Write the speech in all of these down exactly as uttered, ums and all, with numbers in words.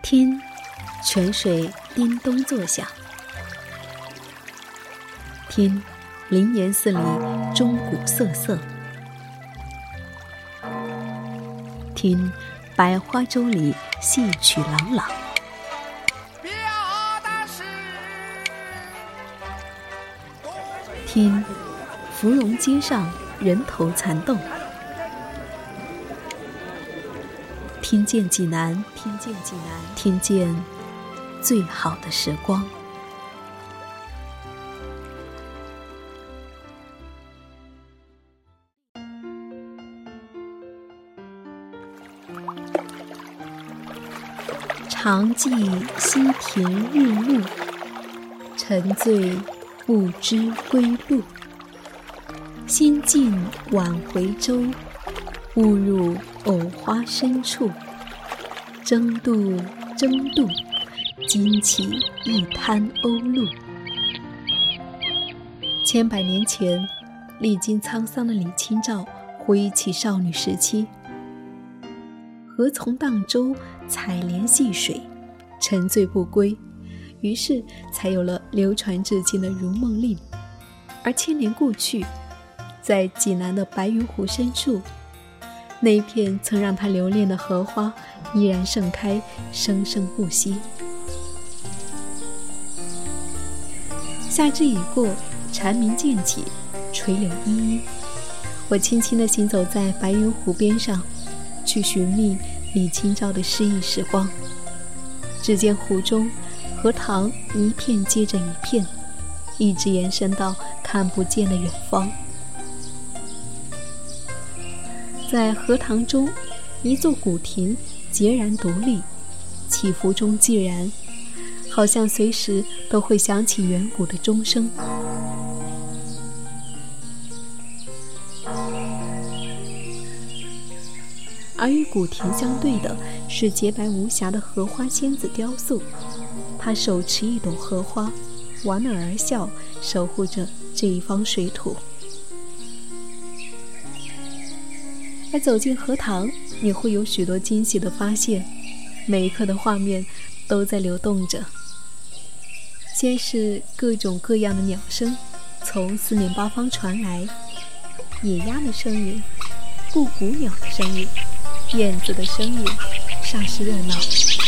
听，泉水叮咚作响；听，灵岩寺里钟鼓瑟瑟；听，百花洲里戏曲朗朗；听，芙蓉街上人头攒动；听见济南，听见济南，听见最好的时光。常记溪田日暮，沉醉不知归路。心尽晚回舟，误入藕花深处。争渡争渡，惊起一滩鸥鹭。千百年前，历经沧桑的李清照回忆起少女时期，何从荡舟，采莲戏水，沉醉不归，于是才有了流传至今的《如梦令》。而千年过去，在济南的白云湖深处，那一片曾让他留恋的荷花依然盛开，生生不息。夏至已过，蝉鸣渐起，垂柳依依。我轻轻地行走在白云湖边上，去寻觅李清照的诗意时光。只见湖中荷塘一片接着一片，一直延伸到看不见的远方。在荷塘中，一座古亭孑然独立，起伏中寂然，好像随时都会响起远古的钟声。而与古亭相对的是洁白无瑕的荷花仙子雕塑，她手持一朵荷花，莞尔而笑，守护着这一方水土。而走进荷塘，你会有许多惊喜的发现，每一刻的画面都在流动着。先是各种各样的鸟声从四面八方传来，野鸭的声音，布谷鸟的声音，燕子的声音，煞是热闹。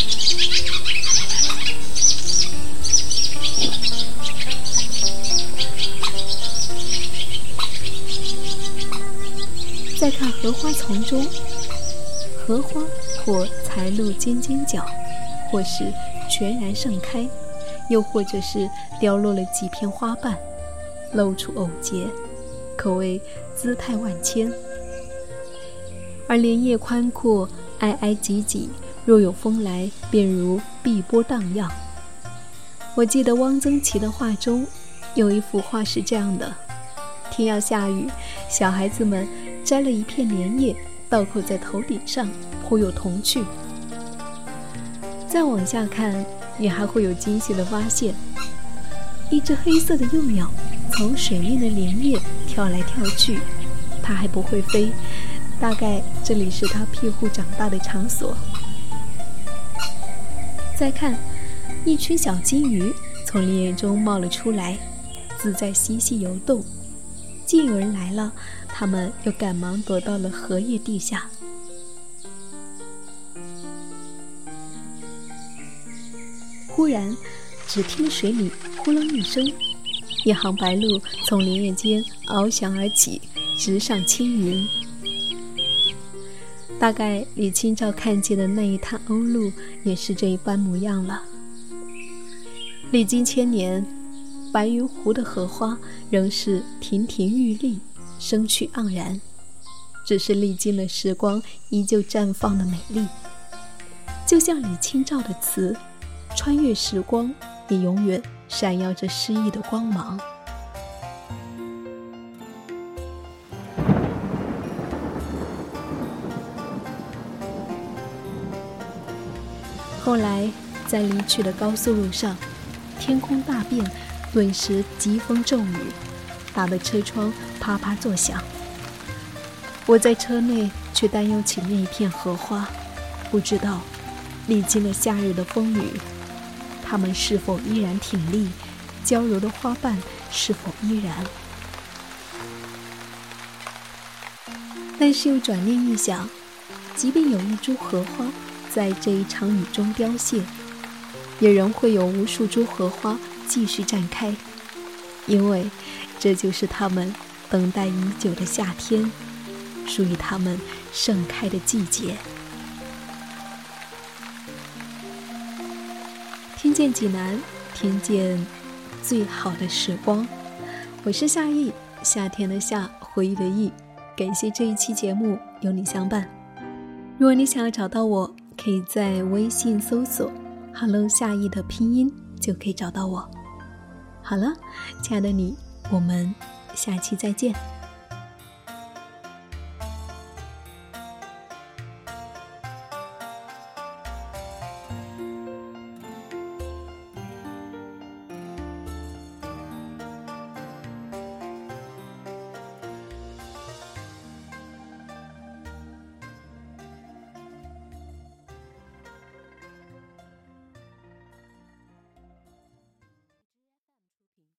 再看荷花丛中，荷花或才露尖尖角，或是全然盛开，又或者是凋落了几片花瓣，露出藕节，可谓姿态万千。而莲叶宽阔，挨挨挤挤，若有风来，便如碧波荡漾。我记得汪曾祺的画中有一幅画是这样的：天要下雨，小孩子们摘了一片莲叶，倒扣在头顶上，颇有童趣。再往下看，你还会有惊喜的发现，一只黑色的幼鸟从水面的莲叶跳来跳去，它还不会飞，大概这里是它庇护长大的场所。再看，一群小金鱼从莲叶中冒了出来，自在嬉戏游动。既有人来了，他们又赶忙躲到了荷叶地下。忽然，只听水里呼隆一声，一行白鹭从莲叶间翱翔而起，直上青云。大概李清照看见的那一滩鸥鹭也是这一般模样了。历经千年，白云湖的荷花仍是亭亭玉立，生趣盎然，只是历经了时光，依旧绽放的美丽。就像李清照的词，穿越时光，也永远闪耀着诗意的光芒。后来在离去的高速路上，天空大变，顿时疾风骤雨，打得车窗啪啪作响。我在车内却担忧起那一片荷花，不知道历经了夏日的风雨，它们是否依然挺立？娇柔的花瓣是否依然？但是又转念一想，即便有一株荷花在这一场雨中凋谢，也仍会有无数株荷花继续绽开，因为这就是它们等待已久的夏天，属于它们盛开的季节。听见济南，听见最好的时光。我是夏意，夏天的夏，回忆的忆。感谢这一期节目有你相伴。如果你想要找到我，可以在微信搜索 Hello 夏意的拼音，就可以找到我。好了，亲爱的你，我们下期再见。